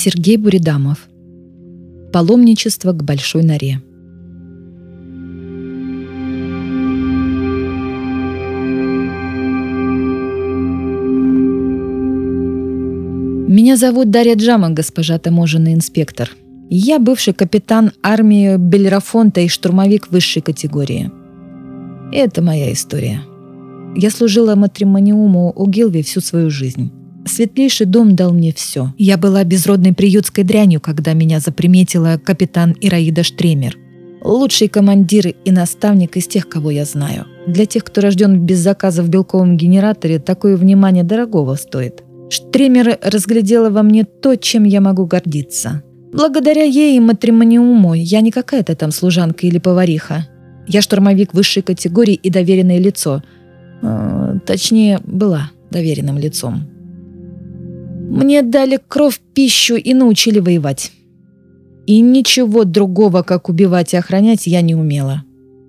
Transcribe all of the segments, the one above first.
Сергей Буридамов. Паломничество к Большой Норе. Меня зовут Дарья Джама, госпожа таможенный инспектор. Я бывший капитан армии Белерафонта и штурмовик высшей категории. Это моя история. Я служила матримониуму у Гилви всю свою жизнь. Светлейший дом дал мне все. Я была безродной приютской дрянью, когда меня заприметила капитан Ираида Штремер. Лучший командир и наставник из тех, кого я знаю. Для тех, кто рожден без заказа в белковом генераторе, такое внимание дорогого стоит. Штремер разглядела во мне то, чем я могу гордиться. Благодаря ей и матримониуму я не какая-то там служанка или повариха. Я штурмовик высшей категории и доверенное лицо. Точнее, была доверенным лицом. Мне дали кровь, пищу и научили воевать. И ничего другого, как убивать и охранять, я не умела.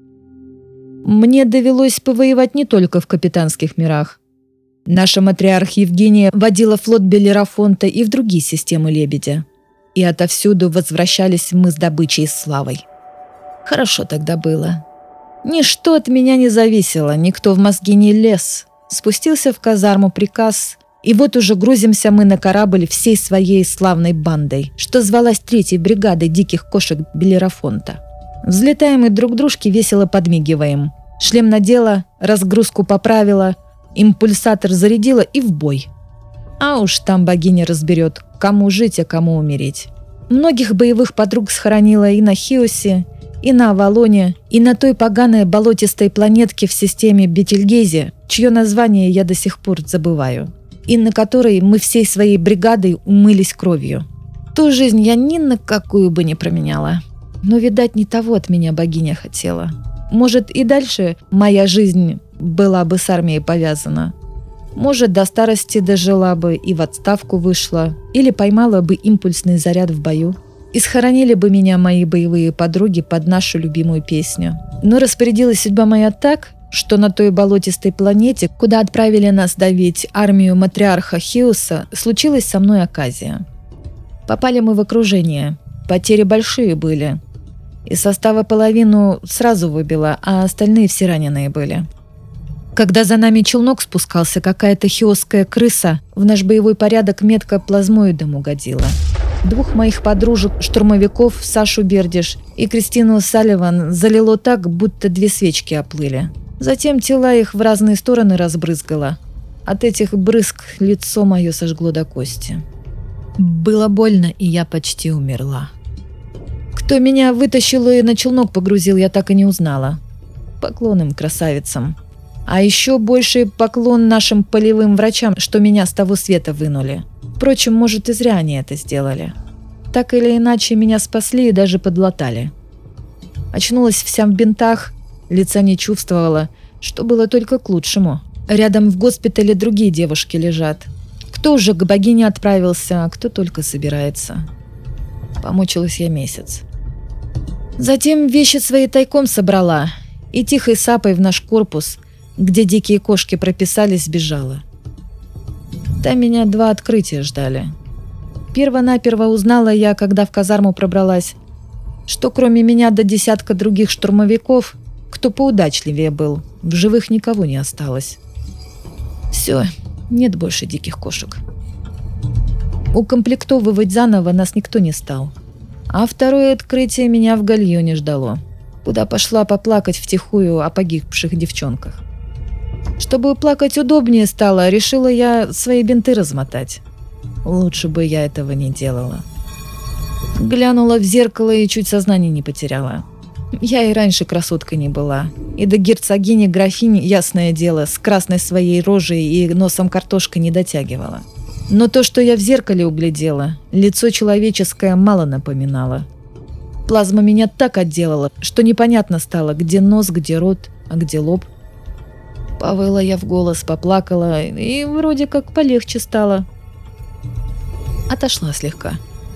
Мне довелось повоевать не только в капитанских мирах. Наша матриарх Евгения водила флот Белерафонта и в другие системы Лебедя. И отовсюду возвращались мы с добычей и славой. Хорошо тогда было. Ничто от меня не зависело, никто в мозги не лез. Спустился в казарму приказ, и вот уже грузимся мы на корабль всей своей славной бандой, что звалась 3-й бригадой диких кошек Белерафонта. Взлетаем и друг дружке весело подмигиваем. Шлем надела, разгрузку поправила, импульсатор зарядила и в бой. А уж там богиня разберет, кому жить, а кому умереть. Многих боевых подруг схоронила и на Хиосе, и на Авалоне, и на той поганой болотистой планетке в системе Бетельгейзе, чье название я до сих пор забываю, и на которой мы всей своей бригадой умылись кровью. Ту жизнь я ни на какую бы не променяла. Но, видать, не того от меня богиня хотела. Может, и дальше моя жизнь была бы с армией повязана. Может, до старости дожила бы и в отставку вышла, или поймала бы импульсный заряд в бою. И схоронили бы меня мои боевые подруги под нашу любимую песню. Но распорядилась судьба моя так, что на той болотистой планете, куда отправили нас давить армию матриарха Хиоса, случилась со мной оказия. Попали мы в окружение, потери большие были. Из состава половину сразу выбило, а остальные все раненые были. Когда за нами челнок спускался, какая-то хиосская крыса в наш боевой порядок метко плазмоидом угодила. 2 моих подружек-штурмовиков, Сашу Бердиш и Кристину Салливан, залило так, будто 2 свечки оплыли. Затем тела их в разные стороны разбрызгало. От этих брызг лицо мое сожгло до кости. Было больно, и я почти умерла. Кто меня вытащил и на челнок погрузил, я так и не узнала. Поклон им, красавицам. А еще больший поклон нашим полевым врачам, что меня с того света вынули. Впрочем, может, и зря они это сделали. Так или иначе, меня спасли и даже подлатали. Очнулась вся в бинтах, лица не чувствовала, что было только к лучшему. Рядом в госпитале другие девушки лежат. Кто уже к богине отправился, а кто только собирается. Помучилась я месяц. Затем вещи свои тайком собрала и тихой сапой в наш корпус, где дикие кошки прописались, сбежала. Там меня 2 открытия ждали. Перво-наперво узнала я, когда в казарму пробралась, что кроме меня до 10 других штурмовиков, кто поудачливее был, в живых никого не осталось. Все, нет больше диких кошек. Укомплектовывать заново нас никто не стал. А второе открытие меня в гальоне ждало, куда пошла поплакать втихую о погибших девчонках. Чтобы плакать удобнее стало, решила я свои бинты размотать. Лучше бы я этого не делала. Глянула в зеркало и чуть сознание не потеряла. Я и раньше красоткой не была. И до герцогини-графини, ясное дело, с красной своей рожей и носом картошкой не дотягивала. Но то, что я в зеркале углядела, лицо человеческое мало напоминало. Плазма меня так отделала, что непонятно стало, где нос, где рот, а где лоб. Повыла я в голос, поплакала, и вроде как полегче стало. Отошла слегка.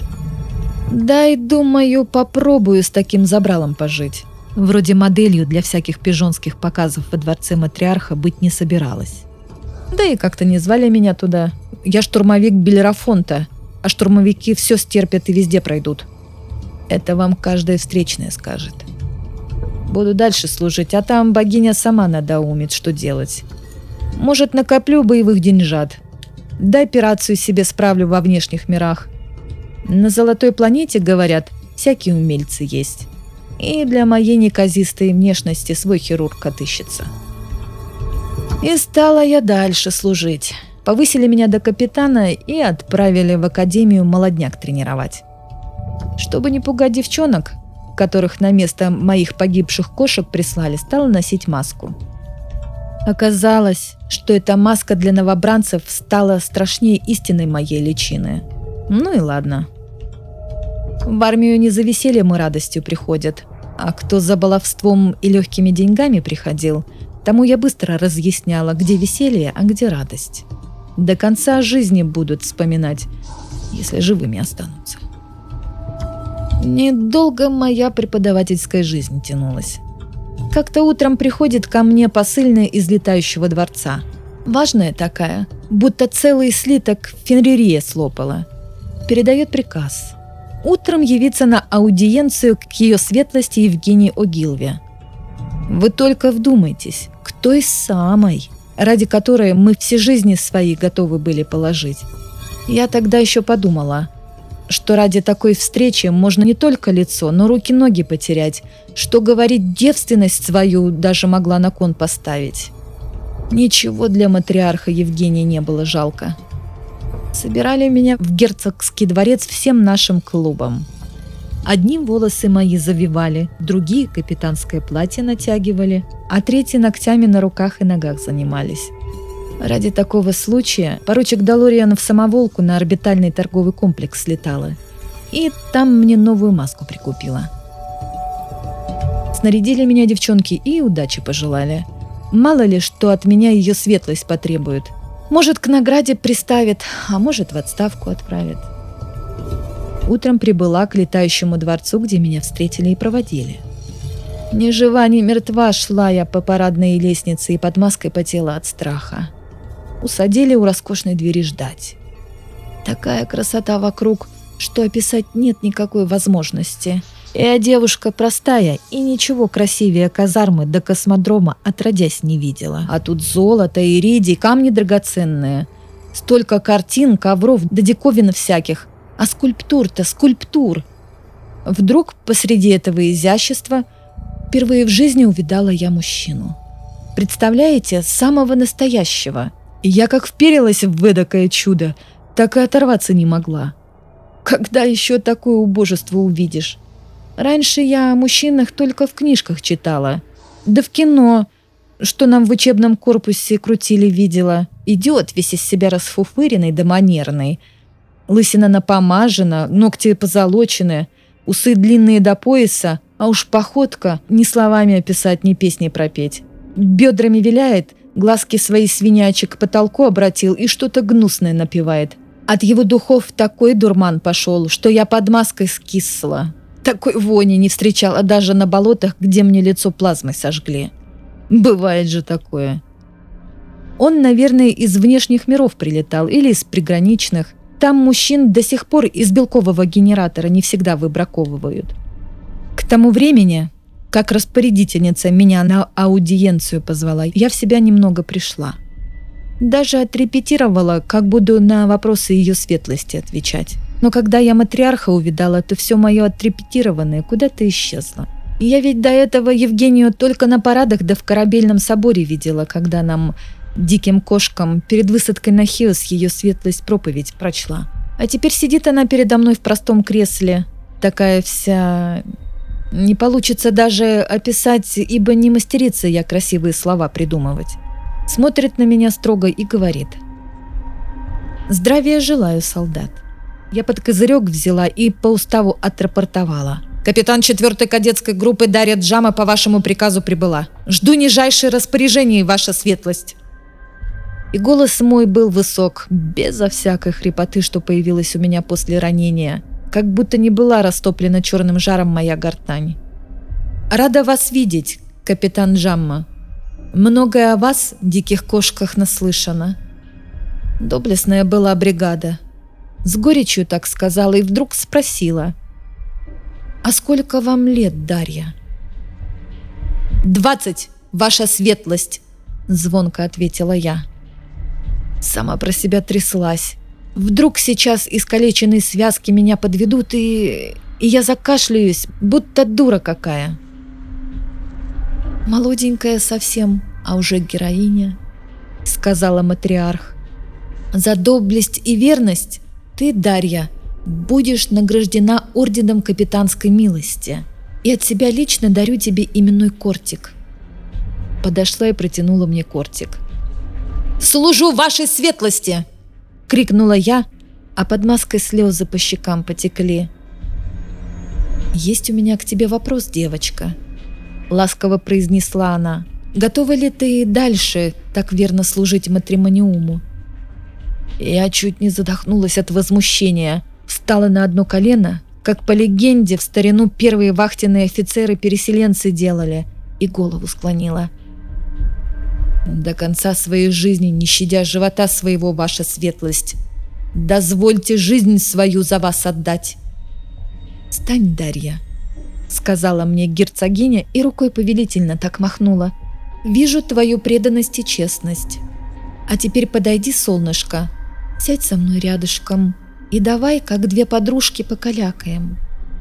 Дай, думаю, попробую с таким забралом пожить. Вроде моделью для всяких пижонских показов во дворце матриарха быть не собиралась. Да и как-то не звали меня туда. Я штурмовик Белерафонта. а штурмовики все стерпят и везде пройдут. Это вам каждая встречная скажет. Буду дальше служить, а там богиня сама надоумит, что делать. Может, накоплю боевых деньжат. Да операцию себе справлю во внешних мирах. На Золотой планете, говорят, всякие умельцы есть. И для моей неказистой внешности свой хирург отыщется. И стала я дальше служить. Повысили меня до капитана и отправили в академию молодняк тренировать. Чтобы не пугать девчонок, которых на место моих погибших кошек прислали, стала носить маску. Оказалось, что эта маска для новобранцев стала страшнее истинной моей личины. Ну и ладно. В армию не за весельем и радостью приходят, а кто за баловством и легкими деньгами приходил, тому я быстро разъясняла, где веселье, а где радость. До конца жизни будут вспоминать, если живыми останутся. Недолго моя преподавательская жизнь тянулась. Как-то утром приходит ко мне посыльная из летающего дворца. Важная такая, будто целый слиток Фенририя слопала. Передает приказ. Утром явиться на аудиенцию к ее светлости Евгении Огилве. Вы только вдумайтесь, к той самой, ради которой мы все жизни свои готовы были положить. Я тогда еще подумала, что ради такой встречи можно не только лицо, но руки-ноги потерять, что, говорить, девственность свою даже могла на кон поставить. Ничего для матриарха Евгения не было жалко. Собирали меня в герцогский дворец всем нашим клубам. Одни волосы мои завивали, другие капитанское платье натягивали, а третьи ногтями на руках и ногах занимались. Ради такого случая поручик Долориан в самоволку на орбитальный торговый комплекс слетала. И там мне новую маску прикупила. Снарядили меня девчонки и удачи пожелали. Мало ли, что от меня ее светлость потребует. Может, к награде приставит, а может, в отставку отправит. Утром прибыла к летающему дворцу, где меня встретили и проводили. Ни жива, ни мертва шла я по парадной лестнице и под маской потела от страха. Усадили у роскошной двери ждать. Такая красота вокруг, что описать нет никакой возможности. Я девушка простая и ничего красивее казармы до космодрома отродясь не видела. А тут золото, иридий, камни драгоценные. Столько картин, ковров да диковин всяких. А скульптур-то скульптур. Вдруг посреди этого изящества впервые в жизни увидала я мужчину. Представляете, самого настоящего. И я как вперилась в эдакое чудо, так и оторваться не могла. Когда еще такое убожество увидишь? Раньше я о мужчинах только в книжках читала. Да в кино, что нам в учебном корпусе крутили, видела. Идет весь из себя расфуфыренный да манерный. Лысина напомажена, ногти позолочены, усы длинные до пояса, а уж походка ни словами описать, ни песней пропеть. Бедрами виляет, глазки свои свинячьи к потолку обратил и что-то гнусное напевает. От его духов такой дурман пошел, что я под маской скисла. Такой вони не встречала даже на болотах, где мне лицо плазмой сожгли. Бывает же такое. Он, наверное, из внешних миров прилетал или из приграничных. Там мужчин до сих пор из белкового генератора не всегда выбраковывают. К тому времени, как распорядительница меня на аудиенцию позвала, я в себя немного пришла. Даже отрепетировала, как буду на вопросы ее светлости отвечать. Но когда я матриарха увидала, то все мое отрепетированное куда-то исчезло. И я ведь до этого Евгению только на парадах да в корабельном соборе видела, когда нам, диким кошкам, перед высадкой на Хиос ее светлость проповедь прочла. А теперь сидит она передо мной в простом кресле, такая вся... Не получится даже описать, ибо не мастерица я красивые слова придумывать. Смотрит на меня строго и говорит: «Здравия желаю, солдат». Я под козырек взяла и по уставу отрапортовала: «Капитан 4-й кадетской группы Дарья Джама по вашему приказу прибыла. Жду нижайшее распоряжение, ваша светлость». И голос мой был высок, безо всякой хрипоты, что появилась у меня после ранения, как будто не была растоплена черным жаром моя гортань. «Рада вас видеть, капитан Джамма. Многое о вас, диких кошках, наслышано. Доблестная была бригада. С горечью так сказала и вдруг спросила: «А сколько вам лет, Дарья?» «20, ваша светлость!» – звонко ответила я. Сама про себя тряслась. Вдруг сейчас искалеченные связки меня подведут, и я закашляюсь, будто дура какая. «Молоденькая совсем, а уже героиня», – сказала матриарх. «За доблесть и верность ты, Дарья, будешь награждена орденом капитанской милости, и от себя лично дарю тебе именной кортик». Подошла и протянула мне кортик. «Служу вашей светлости!» – крикнула я, а под маской слезы по щекам потекли. «Есть у меня к тебе вопрос, девочка», – ласково произнесла она. «Готова ли ты дальше так верно служить матримониуму?» Я чуть не задохнулась от возмущения, встала на одно колено, как по легенде в старину первые вахтенные офицеры-переселенцы делали, и голову склонила. «До конца своей жизни, не щадя живота своего, ваша светлость, дозвольте жизнь свою за вас отдать». «Стань, Дарья», — сказала мне герцогиня и рукой повелительно так махнула. «Вижу твою преданность и честность. А теперь подойди, солнышко, сядь со мной рядышком и давай, как две подружки, покалякаем».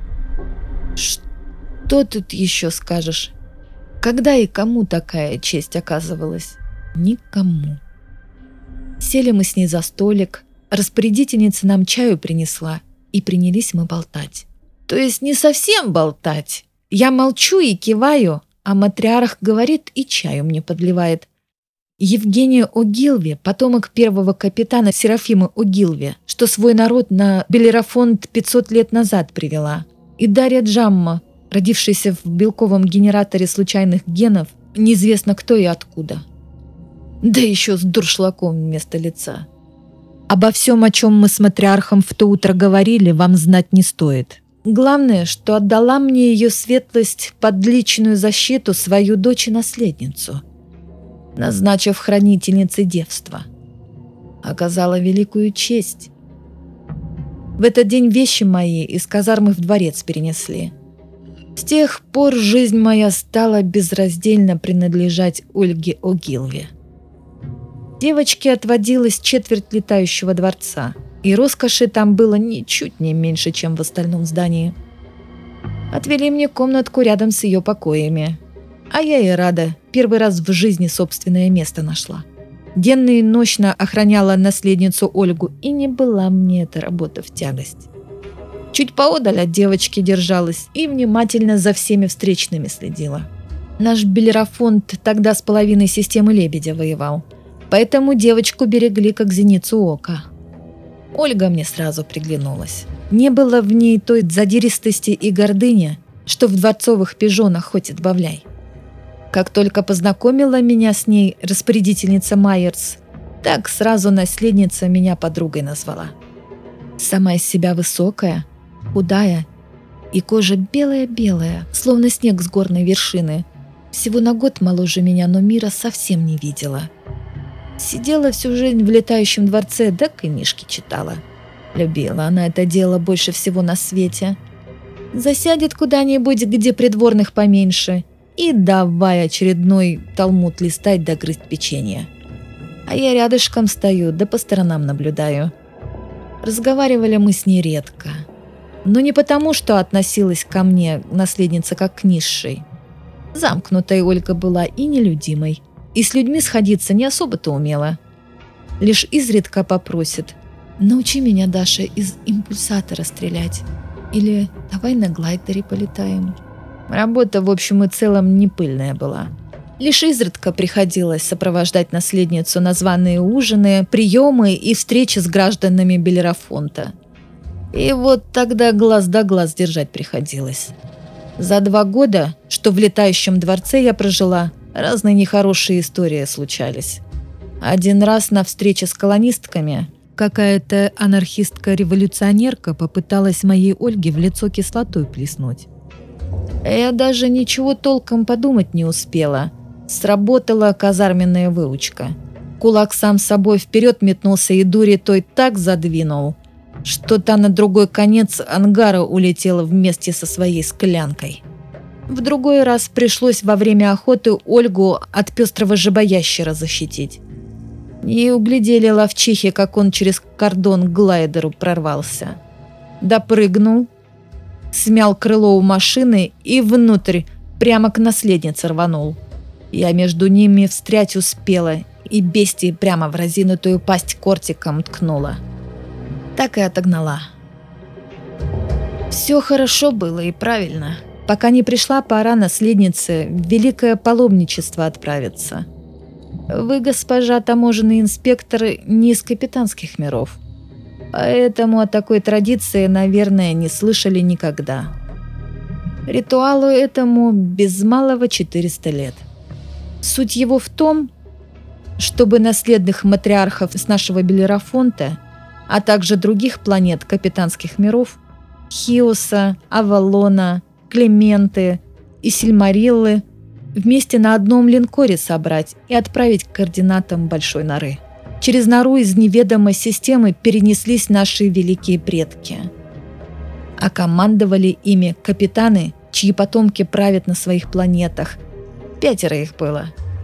Что тут еще скажешь? Когда и кому такая честь оказывалась? Никому. Сели мы с ней за столик, распорядительница нам чаю принесла, и принялись мы болтать. То есть не совсем болтать. Я молчу и киваю, а матриарх говорит и чаю мне подливает. Евгения Огилви, потомок первого капитана Серафимы Огилви, что свой народ на Белерафонт 500 лет назад привела. И Дарья Джамма, родившаяся в белковом генераторе случайных генов, неизвестно кто и откуда. Да еще с дуршлагом вместо лица. Обо всем, о чем мы с матриархом в то утро говорили, вам знать не стоит. Главное, что отдала мне ее светлость под личную защиту свою дочь и наследницу, назначив хранительницей девства. Оказала великую честь. В этот день вещи мои из казармы в дворец перенесли. С тех пор жизнь моя стала безраздельно принадлежать Ольге Огилви. Девочке отводилась четверть летающего дворца, и роскоши там было ничуть не меньше, чем в остальном здании. Отвели мне комнатку рядом с ее покоями. А я и рада, первый раз в жизни собственное место нашла. Денно и ночно охраняла наследницу Ольгу, и не была мне эта работа в тягость. Чуть поодаль от девочки держалась и внимательно за всеми встречными следила. Наш Белерафонт тогда с половиной системы Лебедя воевал, поэтому девочку берегли как зеницу ока. Ольга мне сразу приглянулась. Не было в ней той задиристости и гордыни, что в дворцовых пижонах хоть отбавляй. Как только познакомила меня с ней распорядительница Майерс, так сразу наследница меня подругой назвала. Сама из себя высокая, худая, и кожа белая-белая, словно снег с горной вершины. Всего на год моложе меня, но мира совсем не видела. Сидела всю жизнь в летающем дворце, да книжки читала. Любила она это дело больше всего на свете. Засядет куда-нибудь, где придворных поменьше, и давай очередной талмуд листать да грызть печенье. А я рядышком стою, да по сторонам наблюдаю. Разговаривали мы с ней редко. Но не потому, что относилась ко мне наследница как к низшей. Замкнутая Ольга была и нелюдимой, и с людьми сходиться не особо-то умела. Лишь изредка попросит: «Научи меня, Даша, из импульсатора стрелять» или «Давай на глайдере полетаем». Работа, в общем и целом, не пыльная была. Лишь изредка приходилось сопровождать наследницу на званые ужины, приемы и встречи с гражданами Белерафонта. И вот тогда глаз да глаз держать приходилось. За 2 года, что в летающем дворце я прожила, разные нехорошие истории случались. Один раз на встрече с колонистками какая-то анархистка-революционерка попыталась моей Ольге в лицо кислотой плеснуть. Я даже ничего толком подумать не успела. Сработала казарменная выучка. Кулак сам собой вперед метнулся и дури той так задвинул, что та на другой конец ангара улетела вместе со своей склянкой. В другой раз пришлось во время охоты Ольгу от пестрого жабоящера защитить. Не углядели ловчихи, как он через кордон к глайдеру прорвался. Допрыгнул, смял крыло у машины и внутрь, прямо к наследнице рванул. Я между ними встрять успела, и бестии прямо в разинутую пасть кортиком ткнула. Так и отогнала. Все хорошо было и правильно, пока не пришла пора наследнице в великое паломничество отправиться. Вы, госпожа таможенный инспектор, не из капитанских миров, поэтому о такой традиции, наверное, не слышали никогда. Ритуалу этому без малого 400 лет. Суть его в том, чтобы наследных матриархов с нашего Белерафонта, а также других планет капитанских миров, Хиоса, Авалона, Клементы и Сильмариллы, вместе на одном линкоре собрать и отправить к координатам Большой норы. Через нору из неведомой системы перенеслись наши великие предки. А командовали ими капитаны, чьи потомки правят на своих планетах. 5 их было.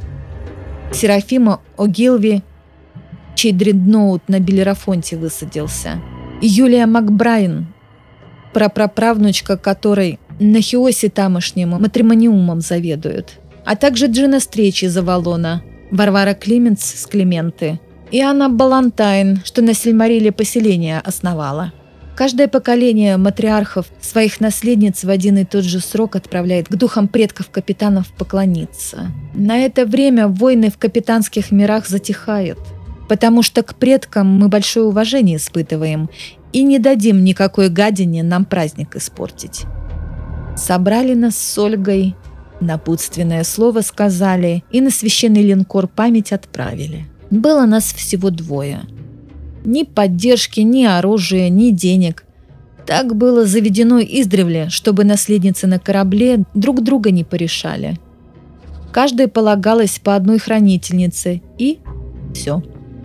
Серафима О'Гилви, чей дредноут на Белерафонте высадился. Юлия Макбрайан, прапраправнучка которой на Хиосе тамошнему матримониумом заведует. А также Джина Стречь из Авалона, Варвара Климентс с Клементы и Анна Балантайн, что на Сильмарилле поселение основала. Каждое поколение матриархов своих наследниц в один и тот же срок отправляет к духам предков капитанов поклониться. На это время войны в капитанских мирах затихают, потому что к предкам мы большое уважение испытываем и не дадим никакой гадине нам праздник испортить. Собрали нас с Ольгой, напутственное слово сказали и на священный линкор память отправили. Было нас всего 2. Ни поддержки, ни оружия, ни денег. Так было заведено издревле, чтобы наследницы на корабле друг друга не порешали. Каждой полагалось по одной хранительнице, и все.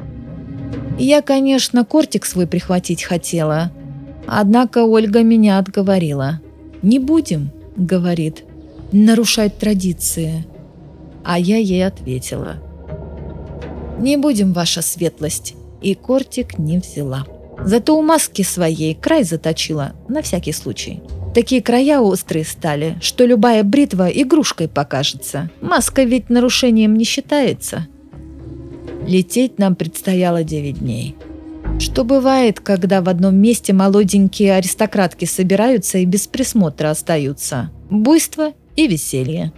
Я, конечно, кортик свой прихватить хотела, однако Ольга меня отговорила. «Не будем», — говорит, — «нарушать традиции». А я ей ответила: «Не будем, ваша светлость», и кортик не взяла. Зато у маски своей край заточила, на всякий случай. Такие края острые стали, что любая бритва игрушкой покажется. Маска ведь нарушением не считается. Лететь нам предстояло 9 дней. Что бывает, когда в одном месте молоденькие аристократки собираются и без присмотра остаются? Буйство и веселье.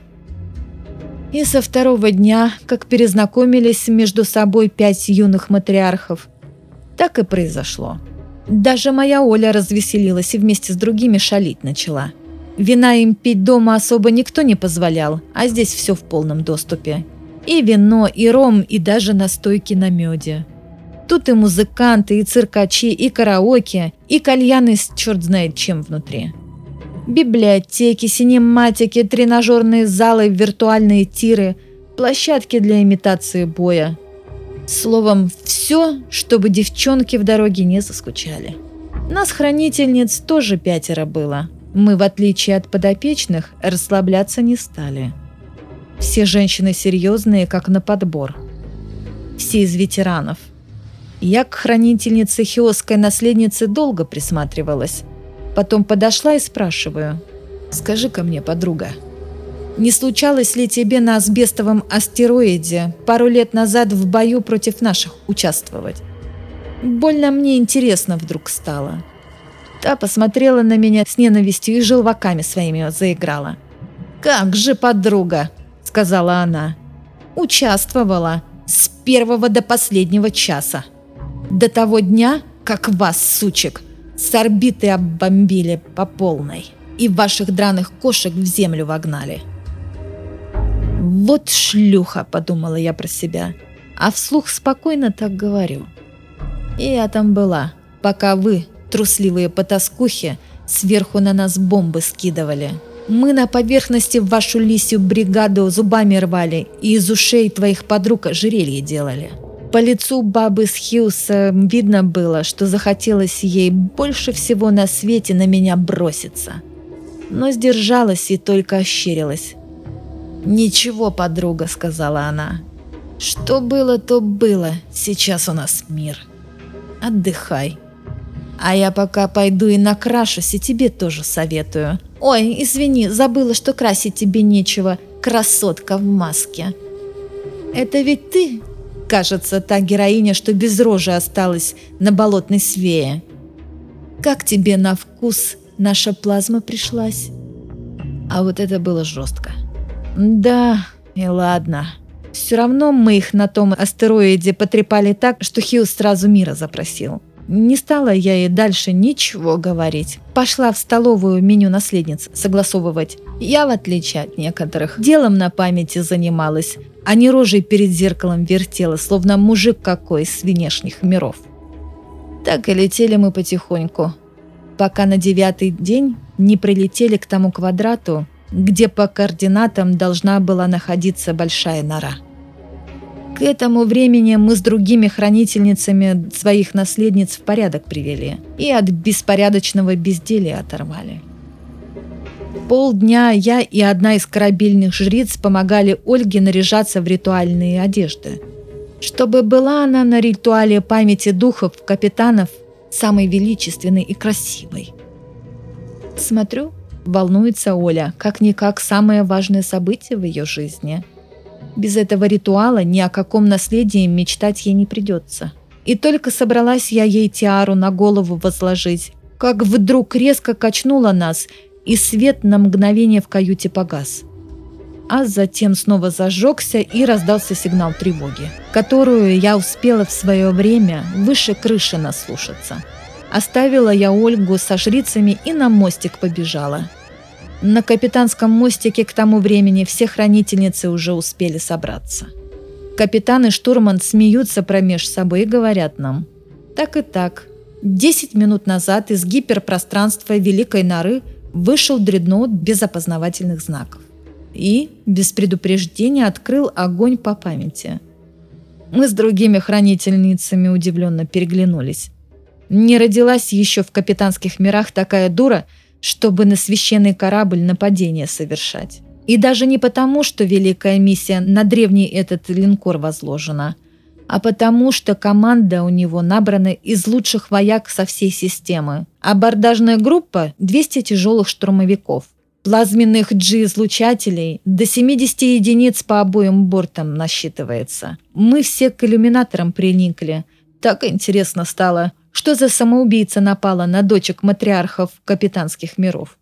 И со 2-го дня, как перезнакомились между собой 5 юных матриархов, так и произошло. Даже моя Оля развеселилась и вместе с другими шалить начала. Вина им пить дома особо никто не позволял, а здесь все в полном доступе. И вино, и ром, и даже настойки на меде. Тут и музыканты, и циркачи, и караоке, и кальяны с черт знает чем внутри. Библиотеки, синематики, тренажерные залы, виртуальные тиры, площадки для имитации боя. Словом, все, чтобы девчонки в дороге не заскучали. Нас, хранительниц, тоже 5 было. Мы, в отличие от подопечных, расслабляться не стали. Все женщины серьезные, как на подбор. Все из ветеранов. Я к хранительнице хиосской наследницы долго присматривалась. Потом подошла и спрашиваю: «Скажи-ка мне, подруга, не случалось ли тебе на асбестовом астероиде пару лет назад в бою против наших участвовать? Больно мне интересно вдруг стало». Та посмотрела на меня с ненавистью и желваками своими заиграла. «Как же, подруга!» — сказала она. «Участвовала с 1 до последнего часа. До того дня, как вас, сучек, с орбиты оббомбили по полной и ваших драных кошек в землю вогнали». «Вот шлюха», — подумала я про себя, а вслух спокойно так говорю. «И я там была, пока вы, трусливые потаскухи, сверху на нас бомбы скидывали. Мы на поверхности вашу лисью бригаду зубами рвали и из ушей твоих подруг ожерелье делали. По лицу бабы с Хьюса видно было, что захотелось ей больше всего на свете на меня броситься. Но сдержалась и только ощерилась. «Ничего, подруга», — сказала она. «Что было, то было. Сейчас у нас мир. Отдыхай. А я пока пойду и накрашусь, и тебе тоже советую. Ой, извини, забыла, что красить тебе нечего, красотка в маске. Это ведь ты, кажется, та героиня, что без рожи осталась на болотной свее. Как тебе на вкус наша плазма пришлась?» А вот это было жестко. Да, и ладно. Все равно мы их на том астероиде потрепали так, что Хьюз сразу мира запросил. Не стала я ей дальше ничего говорить. Пошла в столовую меню наследниц согласовывать. Я, в отличие от некоторых, делом на памяти занималась, а не рожей перед зеркалом вертела, словно мужик какой с внешних миров. Так и летели мы потихоньку, пока на 9-й день не прилетели к тому квадрату, где по координатам должна была находиться большая нора. К этому времени мы с другими хранительницами своих наследниц в порядок привели и от беспорядочного безделья оторвали. Полдня я и одна из корабельных жриц помогали Ольге наряжаться в ритуальные одежды, чтобы была она на ритуале памяти духов капитанов самой величественной и красивой. Смотрю, волнуется Оля, как-никак самое важное событие в ее жизни. Без этого ритуала ни о каком наследии мечтать ей не придется. И только собралась я ей тиару на голову возложить, как вдруг резко качнула нас, и свет на мгновение в каюте погас. А затем снова зажегся и раздался сигнал тревоги, которую я успела в свое время выше крыши наслушаться. Оставила я Ольгу со жрицами и на мостик побежала. На капитанском мостике к тому времени все хранительницы уже успели собраться. Капитан и штурман смеются промеж собой и говорят нам: так и так, 10 минут назад из гиперпространства Великой Норы вышел дредноут без опознавательных знаков и без предупреждения открыл огонь по памяти. Мы с другими хранительницами удивленно переглянулись. Не родилась еще в капитанских мирах такая дура, чтобы на священный корабль нападение совершать. И даже не потому, что великая миссия на древний этот линкор возложена, а потому, что команда у него набрана из лучших вояк со всей системы. Абордажная группа – 200 тяжелых штурмовиков, плазменных G-излучателей до 70 единиц по обоим бортам насчитывается. Мы все к иллюминаторам приникли. Так интересно стало, что за самоубийца напала на дочек матриархов капитанских миров.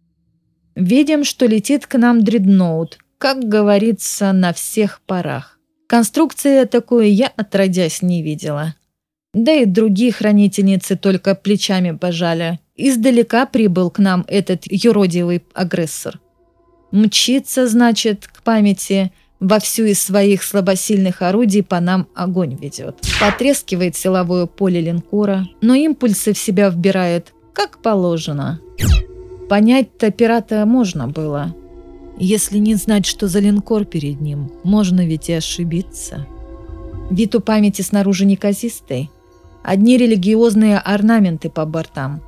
Видим, что летит к нам дредноут, как говорится, на всех парах. Конструкции такой я отродясь не видела. Да и другие хранительницы только плечами пожали. Издалека прибыл к нам этот юродивый агрессор. Мчится, значит, к памяти, вовсю из своих слабосильных орудий по нам огонь ведет. Потрескивает силовое поле линкора, но импульсы в себя вбирает, как положено. Понять-то пирата можно было. Если не знать, что за линкор перед ним, можно ведь и ошибиться. Вид у памяти снаружи неказистый. Одни религиозные орнаменты по бортам.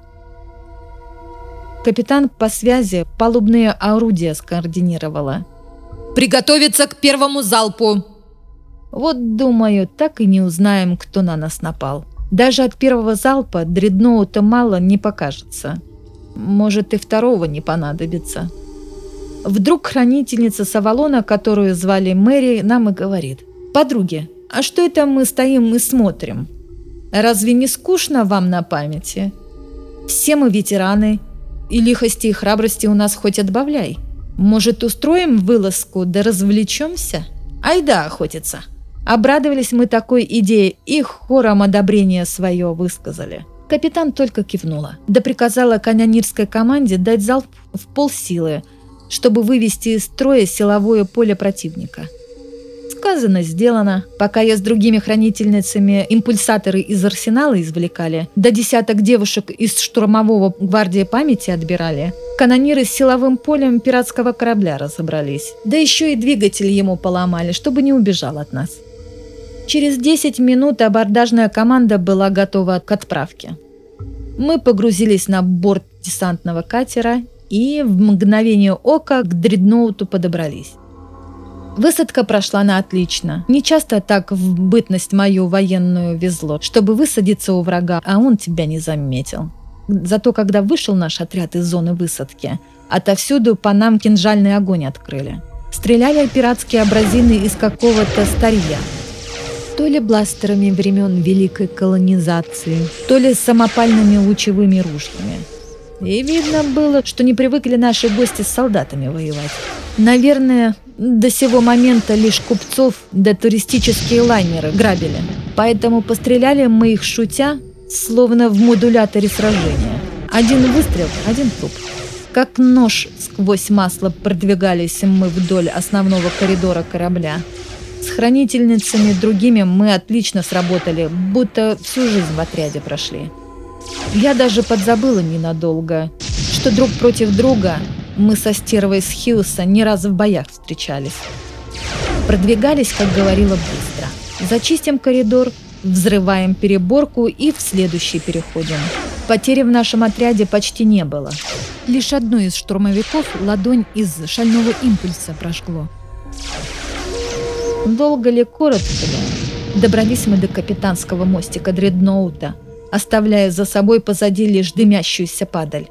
Капитан по связи палубные орудия скоординировала. «Приготовиться к первому залпу!» Вот, думаю, так и не узнаем, кто на нас напал. Даже от первого залпа дредноута мало не покажется. Может, и второго не понадобится. Вдруг хранительница с Авалона, которую звали Мэри, нам и говорит: «Подруги, а что это мы стоим и смотрим? Разве не скучно вам на памяти? Все мы ветераны, и лихости и храбрости у нас хоть отбавляй. Может, устроим вылазку да развлечемся? Айда охотиться!» Обрадовались мы такой идее и хором одобрения свое высказали. Капитан только кивнула, да приказала канонирской команде дать залп в полсилы, чтобы вывести из строя силовое поле противника. Сказано, сделано. Пока я с другими хранительницами импульсаторы из арсенала извлекали, да десяток девушек из штурмового гвардии памяти отбирали, канониры с силовым полем пиратского корабля разобрались. Да еще и двигатель ему поломали, чтобы не убежал от нас. Через 10 минут абордажная команда была готова к отправке. Мы погрузились на борт десантного катера и в мгновение ока к дредноуту подобрались. Высадка прошла на отлично. Не часто так в бытность мою военную везло, чтобы высадиться у врага, а он тебя не заметил. Зато когда вышел наш отряд из зоны высадки, отовсюду по нам кинжальный огонь открыли. Стреляли пиратские абразины из какого-то старья. То ли бластерами времен великой колонизации, то ли самопальными лучевыми ружьями. И видно было, что не привыкли наши гости с солдатами воевать. Наверное, до сего момента лишь купцов да туристические лайнеры грабили. Поэтому постреляли мы их шутя, словно в модуляторе сражения. Один выстрел, один труп. Как нож сквозь масло продвигались мы вдоль основного коридора корабля. С хранительницами другими мы отлично сработали, будто всю жизнь в отряде прошли. Я даже подзабыла ненадолго, что друг против друга мы со стервой с Хиуса не раз в боях встречались. Продвигались, как говорила, быстро. Зачистим коридор, взрываем переборку и в следующий переходим. Потери в нашем отряде почти не было. Лишь одну из штурмовиков ладонь из шального импульса прожгло. Долго ли, коротко ли, добрались мы до капитанского мостика дредноута, оставляя за собой позади лишь дымящуюся падаль.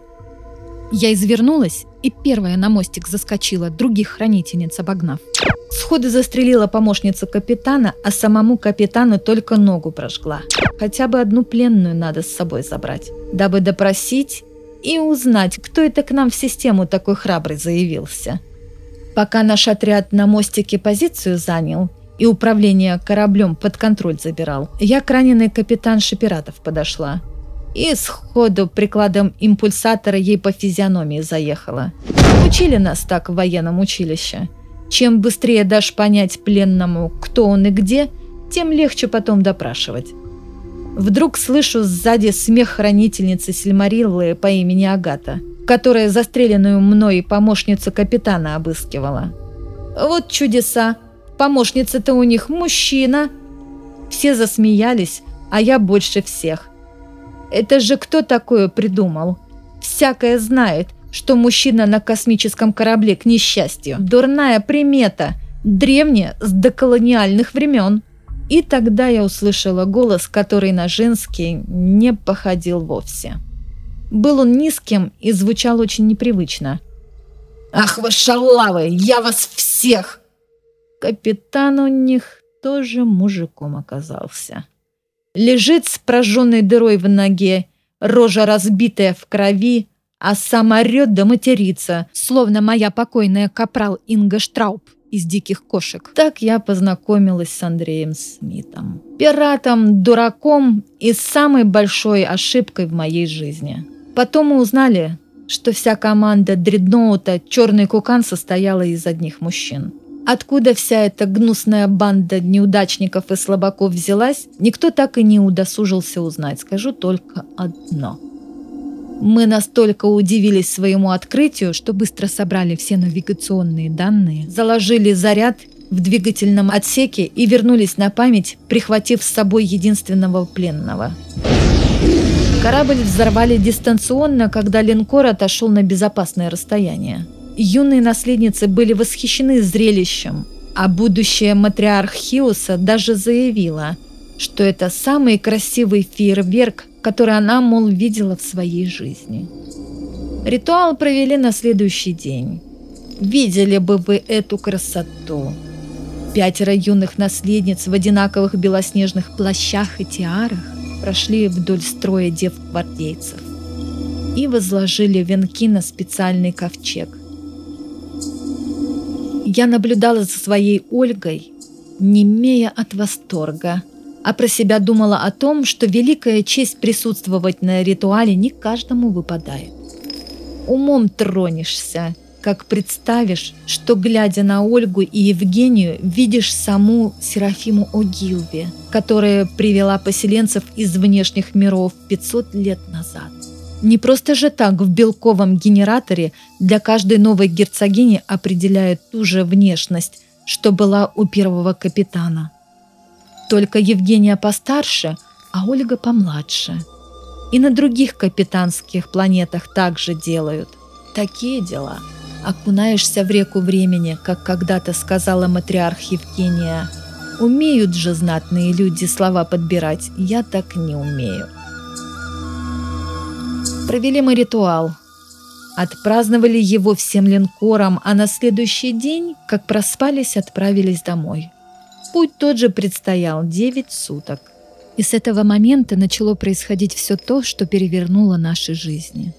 Я извернулась и первая на мостик заскочила, других хранительниц обогнав. Сходу застрелила помощницу капитана, а самому капитану только ногу прожгла. Хотя бы одну пленную надо с собой забрать, дабы допросить и узнать, кто это к нам в систему такой храбрый заявился. Пока наш отряд на мостике позицию занял и управление кораблем под контроль забирал, я к раненой капитанше пиратов подошла и сходу прикладом импульсатора ей по физиономии заехала. Учили нас так в военном училище. Чем быстрее дашь понять пленному, кто он и где, тем легче потом допрашивать. Вдруг слышу сзади смех хранительницы Сильмариллы по имени Агата, которая застреленную мной помощницу капитана обыскивала. Вот чудеса! Помощница-то у них мужчина! Все засмеялись, а я больше всех. Это же кто такое придумал? Всякое знает, что мужчина на космическом корабле к несчастью. Дурная примета, древняя с доколониальных времен. И тогда я услышала голос, который на женский не походил вовсе. Был он низким и звучал очень непривычно. «Ах вы шалавы, я вас всех!» Капитан у них тоже мужиком оказался. Лежит с прожженной дырой в ноге, рожа разбитая в крови, а сам орет да матерится, словно моя покойная капрал Инга Штрауб из «Диких кошек». Так я познакомилась с Андреем Смитом. Пиратом, дураком и самой большой ошибкой в моей жизни. Потом мы узнали, что вся команда дредноута «Черный кукан» состояла из одних мужчин. Откуда вся эта гнусная банда неудачников и слабаков взялась, никто так и не удосужился узнать. Скажу только одно. Мы настолько удивились своему открытию, что быстро собрали все навигационные данные, заложили заряд в двигательном отсеке и вернулись на память, прихватив с собой единственного пленного. Корабль взорвали дистанционно, когда линкор отошел на безопасное расстояние. Юные наследницы были восхищены зрелищем, а будущая матриарх Хиуса даже заявила, что это самый красивый фейерверк, который она, мол, видела в своей жизни. Ритуал провели на следующий день. Видели бы вы эту красоту. 5 юных наследниц в одинаковых белоснежных плащах и тиарах прошли вдоль строя дев-гвардейцев и возложили венки на специальный ковчег. Я наблюдала за своей Ольгой, немея от восторга, а про себя думала о том, что великая честь присутствовать на ритуале не каждому выпадает. Умом тронешься, как представишь, что, глядя на Ольгу и Евгению, видишь саму Серафиму Огилви, которая привела поселенцев из внешних миров 500 лет назад. Не просто же так в белковом генераторе для каждой новой герцогини определяют ту же внешность, что была у первого капитана. Только Евгения постарше, а Ольга помладше. И на других капитанских планетах также делают. Такие дела. Окунаешься в реку времени, как когда-то сказала матриарх Евгения. Умеют же знатные люди слова подбирать, я так не умею. Провели мы ритуал. Отпраздновали его всем линкором, а на следующий день, как проспались, отправились домой. Путь тот же предстоял 9 суток. И с этого момента начало происходить все то, что перевернуло наши жизни.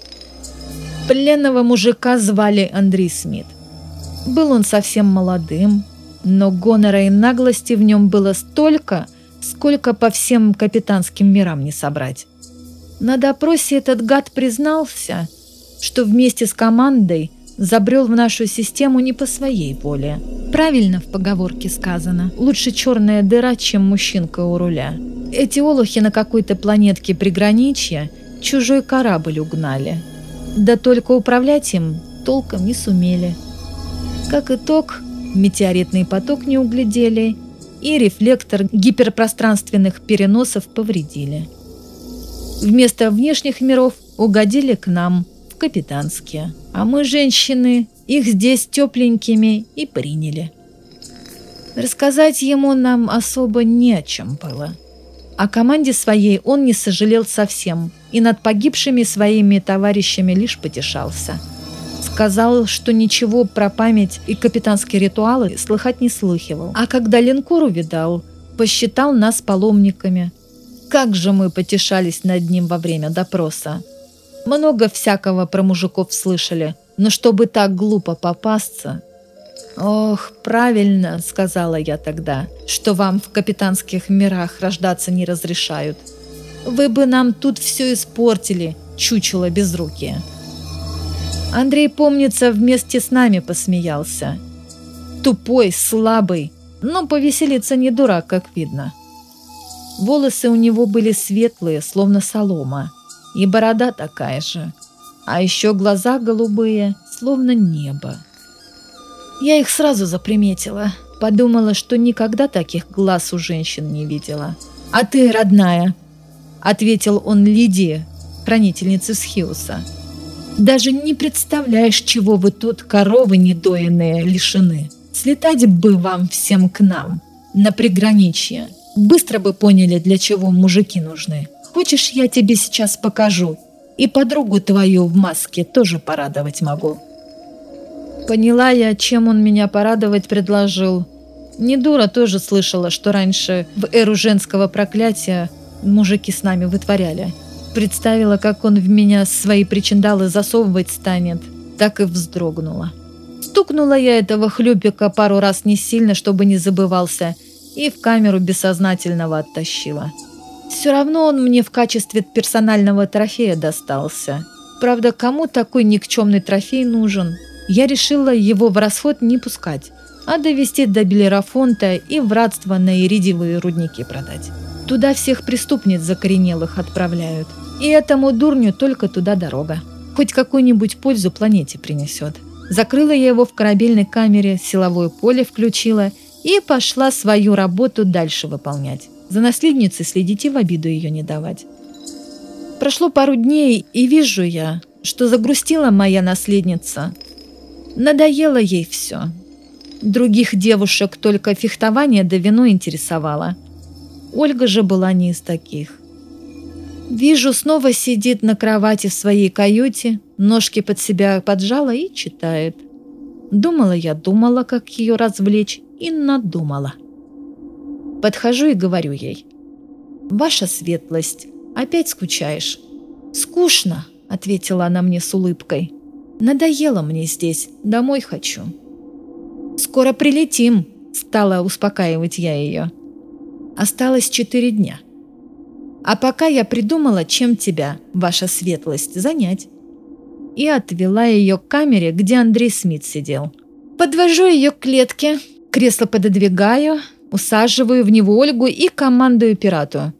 Пленного мужика звали Андрей Смит. Был он совсем молодым, но гонора и наглости в нем было столько, сколько по всем капитанским мирам не собрать. На допросе этот гад признался, что вместе с командой забрел в нашу систему не по своей воле. Правильно в поговорке сказано. Лучше черная дыра, чем мужчинка у руля. Эти олухи на какой-то планетке приграничья чужой корабль угнали. Да только управлять им толком не сумели. Как итог, метеоритный поток не углядели, и рефлектор гиперпространственных переносов повредили. Вместо внешних миров угодили к нам, в капитанские. А мы, женщины, их здесь тепленькими и приняли. Рассказать ему нам особо не о чем было. О команде своей он не сожалел совсем и над погибшими своими товарищами лишь потешался. Сказал, что ничего про память и капитанские ритуалы слыхать не слыхивал. А когда линкор увидал, посчитал нас паломниками. Как же мы потешались над ним во время допроса. Много всякого про мужиков слышали, но чтобы так глупо попасться... «Ох, правильно, — сказала я тогда, — что вам в капитанских мирах рождаться не разрешают. Вы бы нам тут все испортили, чучело безрукие». Андрей, помнится, вместе с нами посмеялся. Тупой, слабый, но повеселиться не дурак, как видно. Волосы у него были светлые, словно солома, и борода такая же, а еще глаза голубые, словно небо. Я их сразу заприметила, подумала, что никогда таких глаз у женщин не видела. «А ты, родная», — ответил он Лидии, хранительнице Схиуса, — «даже не представляешь, чего вы тут, коровы недоенные, лишены. Слетать бы вам всем к нам, на приграничье. Быстро бы поняли, для чего мужики нужны. Хочешь, я тебе сейчас покажу, и подругу твою в маске тоже порадовать могу». Поняла я, чем он меня порадовать предложил. Не дура тоже слышала, что раньше в эру женского проклятия мужики с нами вытворяли. Представила, как он в меня свои причиндалы засовывать станет, так и вздрогнула. Стукнула я этого хлюпика пару раз не сильно, чтобы не забывался, и в камеру бессознательного оттащила. Все равно он мне в качестве персонального трофея достался. Правда, кому такой никчемный трофей нужен? Я решила его в расход не пускать, а довести до Белерафонта и в рабство на иридиевые рудники продать. Туда всех преступниц закоренелых отправляют. И этому дурню только туда дорога. Хоть какую-нибудь пользу планете принесет. Закрыла я его в корабельной камере, силовое поле включила и пошла свою работу дальше выполнять. За наследницей следить и в обиду ее не давать. Прошло пару дней, и вижу я, что загрустила моя наследница. Надоело ей все. Других девушек только фехтование да вино интересовало. Ольга же была не из таких. Вижу, снова сидит на кровати в своей каюте, ножки под себя поджала и читает. Думала, как ее развлечь, и надумала. Подхожу и говорю ей: «Ваша светлость, опять скучаешь?» «Скучно», — ответила она мне с улыбкой. «Надоело мне здесь, домой хочу». «Скоро прилетим», — стала успокаивать я ее. Осталось 4 дня. «А пока я придумала, чем тебя, ваша светлость, занять». И отвела ее к камере, где Андрей Смит сидел. Подвожу ее к клетке, кресло пододвигаю, усаживаю в него Ольгу и командую пирату: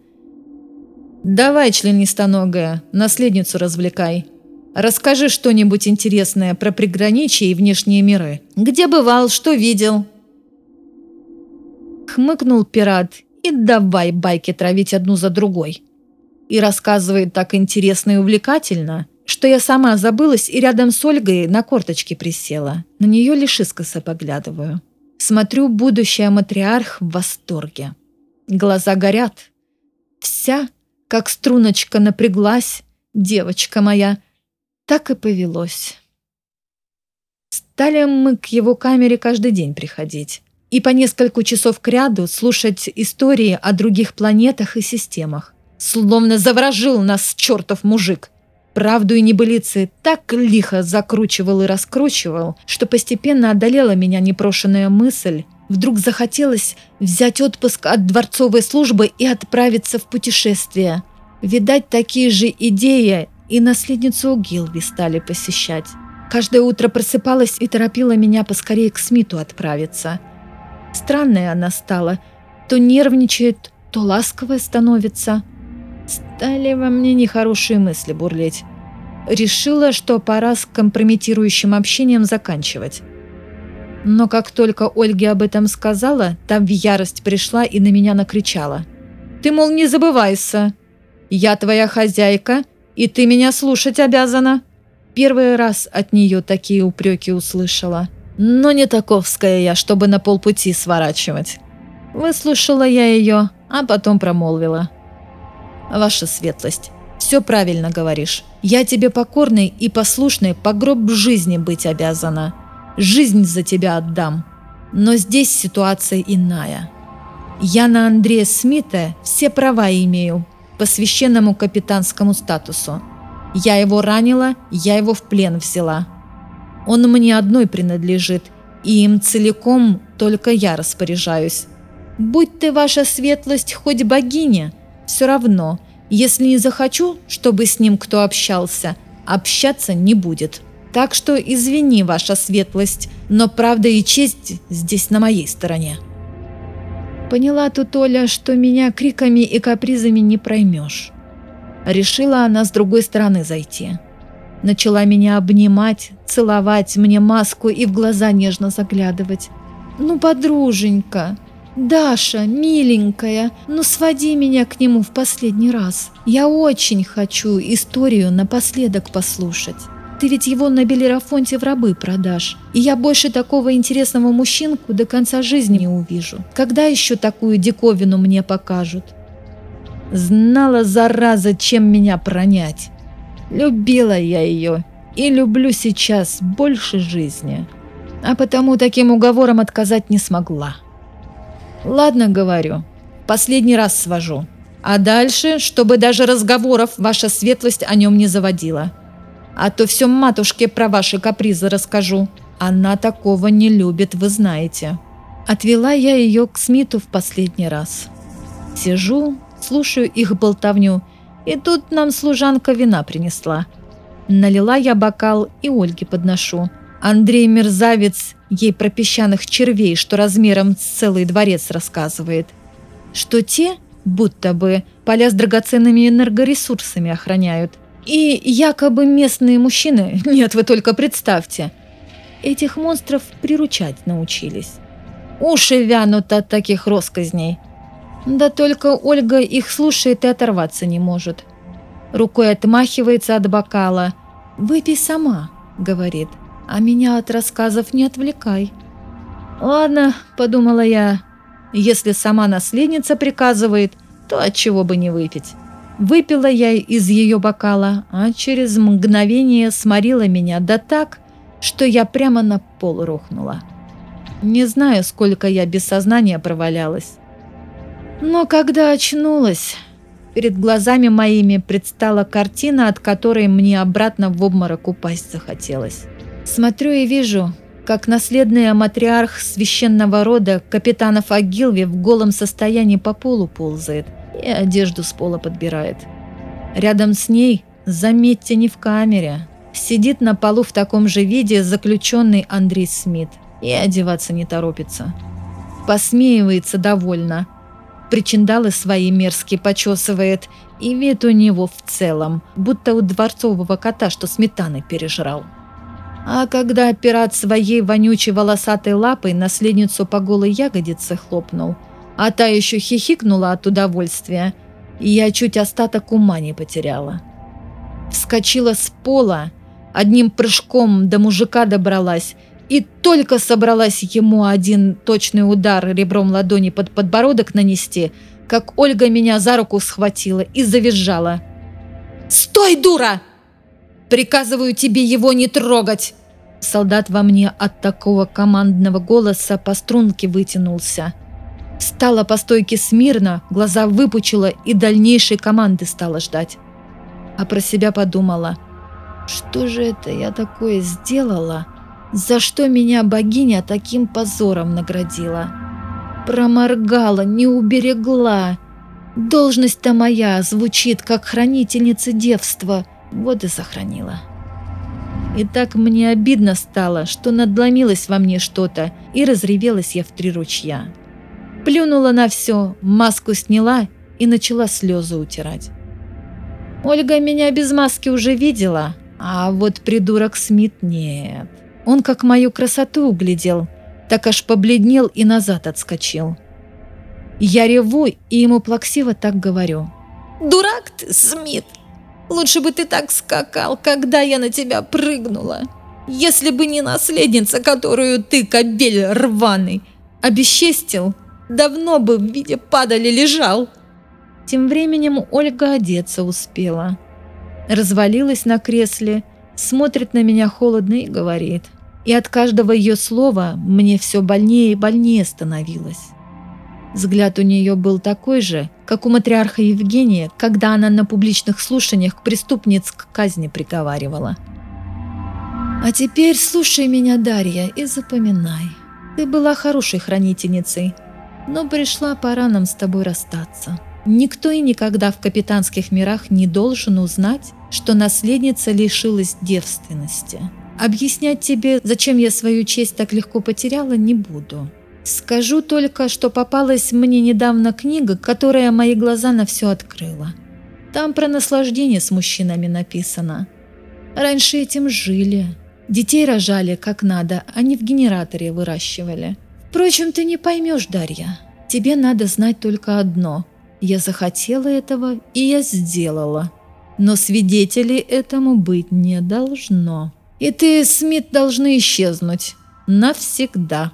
«Давай, членистоногая, наследницу развлекай. Расскажи что-нибудь интересное про приграничье и внешние миры. Где бывал, что видел?» Хмыкнул пират и давай байки травить одну за другой. И рассказывает так интересно и увлекательно, что я сама забылась и рядом с Ольгой на корточки присела. На нее лишь искоса поглядываю. Смотрю, будущая матриарх в восторге. Глаза горят. Вся, как струночка, напряглась, девочка моя. Так и повелось. Стали мы к его камере каждый день приходить. И по несколько часов кряду слушать истории о других планетах и системах. Словно заворожил нас чертов мужик. Правду и небылицы так лихо закручивал и раскручивал, что постепенно одолела меня непрошенная мысль. Вдруг захотелось взять отпуск от дворцовой службы и отправиться в путешествие. Видать, такие же идеи и наследницу Гилви стали посещать. Каждое утро просыпалась и торопила меня поскорее к Смиту отправиться. Странная она стала. То нервничает, то ласковая становится. Стали во мне нехорошие мысли бурлеть. Решила, что пора с компрометирующим общением заканчивать. Но как только Ольге об этом сказала, та в ярость пришла и на меня накричала. «Ты, мол, не забывайся. Я твоя хозяйка, и ты меня слушать обязана». Первый раз от нее такие упреки услышала. Но не таковская я, чтобы на полпути сворачивать. Выслушала я ее, а потом промолвила. «Ваша светлость, все правильно говоришь. Я тебе покорной и послушной по гроб жизни быть обязана. Жизнь за тебя отдам. Но здесь ситуация иная. Я на Андрея Смита все права имею по священному капитанскому статусу. Я его ранила, я его в плен взяла. Он мне одной принадлежит, и им целиком только я распоряжаюсь. Будь ты, ваша светлость, хоть богиня, все равно, если не захочу, чтобы с ним кто общался, общаться не будет. Так что извини, ваша светлость, но правда и честь здесь на моей стороне». Поняла тут Оля, что меня криками и капризами не проймешь. Решила она с другой стороны зайти. Начала меня обнимать, целовать мне маску и в глаза нежно заглядывать. «Ну, подруженька, Даша, миленькая, ну своди меня к нему в последний раз. Я очень хочу историю напоследок послушать. Ты ведь его на Белерафонте в рабы продашь, и я больше такого интересного мужчинку до конца жизни не увижу. Когда еще такую диковину мне покажут?» Знала, зараза, чем меня пронять. Любила я ее и люблю сейчас больше жизни, а потому таким уговором отказать не смогла. «Ладно, говорю, последний раз свожу, а дальше, чтобы даже разговоров ваша светлость о нем не заводила. А то все матушке про ваши капризы расскажу. Она такого не любит, вы знаете». Отвела я ее к Смиту в последний раз. Сижу, слушаю их болтовню, и тут нам служанка вина принесла. Налила я бокал и Ольге подношу. Андрей мерзавец ей про песчаных червей, что размером с целый дворец, рассказывает. Что те, будто бы, поля с драгоценными энергоресурсами охраняют. И якобы местные мужчины, нет, вы только представьте, этих монстров приручать научились. Уши вянут от таких россказней. Да только Ольга их слушает и оторваться не может. Рукой отмахивается от бокала. «Выпей сама», — говорит, — «а меня от рассказов не отвлекай». «Ладно», — подумала я, — «если сама наследница приказывает, то отчего бы не выпить». Выпила я из ее бокала, а через мгновение сморила меня да так, что я прямо на пол рухнула. Не знаю, сколько я без сознания провалялась. Но когда очнулась, перед глазами моими предстала картина, от которой мне обратно в обморок упасть захотелось. Смотрю и вижу, как наследный матриарх священного рода капитанов Агилви в голом состоянии по полу ползает и одежду с пола подбирает. Рядом с ней, заметьте, не в камере, сидит на полу в таком же виде заключенный Андрей Смит и одеваться не торопится. Посмеивается довольно, причиндалы свои мерзкие почесывает, и вид у него в целом, будто у дворцового кота, что сметаны пережрал. А когда пират своей вонючей волосатой лапой наследницу по голой ягодице хлопнул, А та еще хихикнула от удовольствия, и я чуть остаток ума не потеряла. Вскочила с пола, одним прыжком до мужика добралась и только собралась ему один точный удар ребром ладони под подбородок нанести, как Ольга меня за руку схватила и завизжала. «Стой, дура! Приказываю тебе его не трогать!» Солдат во мне от такого командного голоса по струнке вытянулся. Встала по стойке смирно, глаза выпучила и дальнейшей команды стала ждать. А про себя подумала, что же это я такое сделала, за что меня богиня таким позором наградила. Проморгала, не уберегла. Должность-то моя звучит, как хранительница девства, вот и сохранила. И так мне обидно стало, что надломилось во мне что-то, и разревелась я в 3 ручья. Плюнула на все, маску сняла и начала слезы утирать. Ольга меня без маски уже видела, а вот придурок Смит нет. Он как мою красоту углядел, так аж побледнел и назад отскочил. Я реву и ему плаксиво так говорю. «Дурак ты, Смит! Лучше бы ты так скакал, когда я на тебя прыгнула. Если бы не наследница, которую ты, кобель рваный, обесчестил, давно бы в виде падали лежал». Тем временем Ольга одеться успела. Развалилась на кресле, смотрит на меня холодно и говорит. И от каждого ее слова мне все больнее и больнее становилось. Взгляд у нее был такой же, как у матриарха Евгения, когда она на публичных слушаниях преступниц к казни приговаривала. «А теперь слушай меня, Дарья, и запоминай. Ты была хорошей хранительницей, но пришла пора нам с тобой расстаться. Никто и никогда в капитанских мирах не должен узнать, что наследница лишилась девственности. Объяснять тебе, зачем я свою честь так легко потеряла, не буду. Скажу только, что попалась мне недавно книга, которая мои глаза на все открыла. Там про наслаждение с мужчинами написано. Раньше этим жили. Детей рожали как надо, а не в генераторе выращивали. Впрочем, ты не поймешь, Дарья. Тебе надо знать только одно. Я захотела этого, и я сделала. Но свидетелей этому быть не должно. И ты, Смит, должны исчезнуть. Навсегда.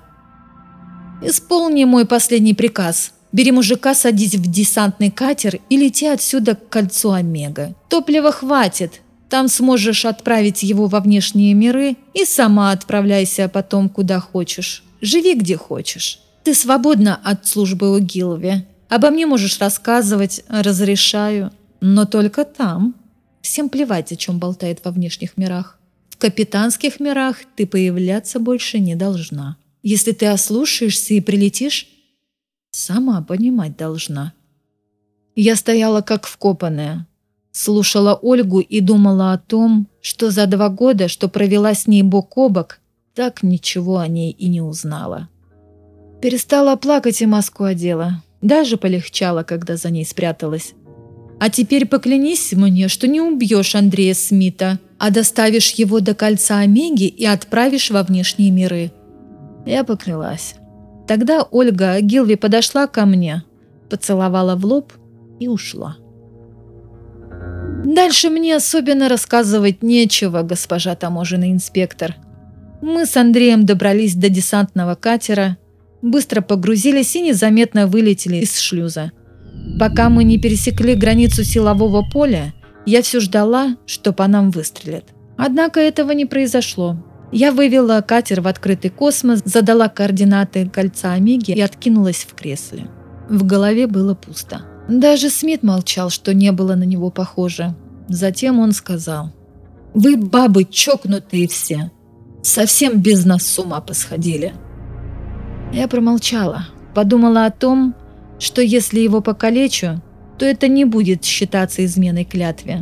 Исполни мой последний приказ. Бери мужика, садись в десантный катер и лети отсюда к кольцу Омега. Топлива хватит. Там сможешь отправить его во внешние миры и сама отправляйся потом куда хочешь. Живи где хочешь. Ты свободна от службы у Гилви. Обо мне можешь рассказывать, разрешаю. Но только там. Всем плевать, о чем болтает во внешних мирах. В капитанских мирах ты появляться больше не должна. Если ты ослушаешься и прилетишь, сама понимать должна». Я стояла как вкопанная. Слушала Ольгу и думала о том, что за 2 года, что провела с ней бок о бок, так ничего о ней и не узнала. Перестала плакать и маску одела. Даже полегчало, когда за ней спряталась. «А теперь поклянись мне, что не убьешь Андрея Смита, а доставишь его до кольца Омеги и отправишь во внешние миры». Я поклялась. Тогда Ольга Гилви подошла ко мне, поцеловала в лоб и ушла. Дальше мне особенно рассказывать нечего, госпожа таможенный инспектор. Мы с Андреем добрались до десантного катера, быстро погрузились и незаметно вылетели из шлюза. Пока мы не пересекли границу силового поля, я все ждала, что по нам выстрелят. Однако этого не произошло. Я вывела катер в открытый космос, задала координаты кольца Омеги и откинулась в кресле. В голове было пусто. Даже Смит молчал, что не было на него похоже. Затем он сказал: «Вы, бабы, чокнутые все. Совсем без нас с ума посходили». Я промолчала, подумала о том, что если его покалечу, то это не будет считаться изменой клятве.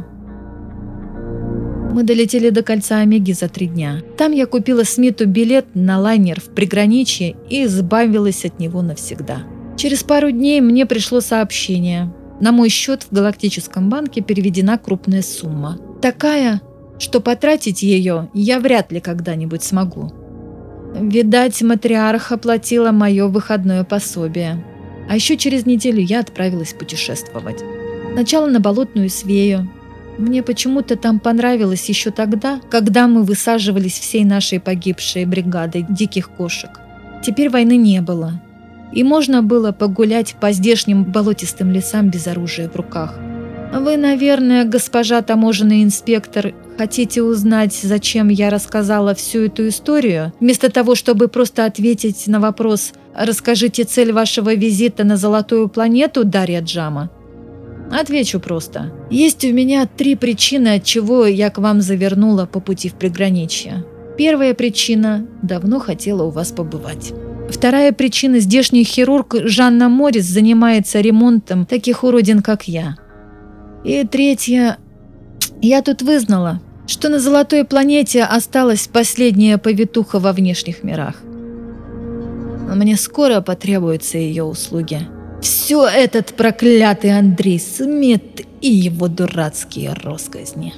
Мы долетели до кольца Омеги за 3 дня. Там я купила Смиту билет на лайнер в приграничье и избавилась от него навсегда. Через пару дней мне пришло сообщение. На мой счет в Галактическом банке переведена крупная сумма. Такая, что потратить ее я вряд ли когда-нибудь смогу. Видать, матриарх оплатила мое выходное пособие. А еще через неделю я отправилась путешествовать. Сначала на Болотную Свею. Мне почему-то там понравилось еще тогда, когда мы высаживались всей нашей погибшей бригадой диких кошек. Теперь войны не было. И можно было погулять по здешним болотистым лесам без оружия в руках. Вы, наверное, госпожа таможенный инспектор, хотите узнать, зачем я рассказала всю эту историю? Вместо того, чтобы просто ответить на вопрос «Расскажите цель вашего визита на Золотую планету, Дарья Джама?» Отвечу просто. Есть у меня 3 причины, от чего я к вам завернула по пути в приграничье. Первая причина – давно хотела у вас побывать. Вторая причина – здешний хирург Жанна Моррис занимается ремонтом таких уродин, как я. И третья – я тут вызнала, что на Золотой планете осталась последняя повитуха во внешних мирах. Мне скоро потребуются ее услуги. Все этот проклятый Андрей Смет и его дурацкие росказни.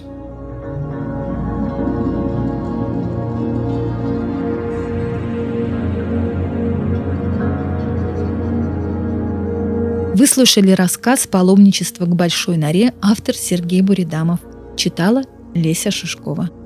Вы слушали рассказ «Паломничество к Большой Норе», автор Сергей Буридамов. Читала Леся Шишкова.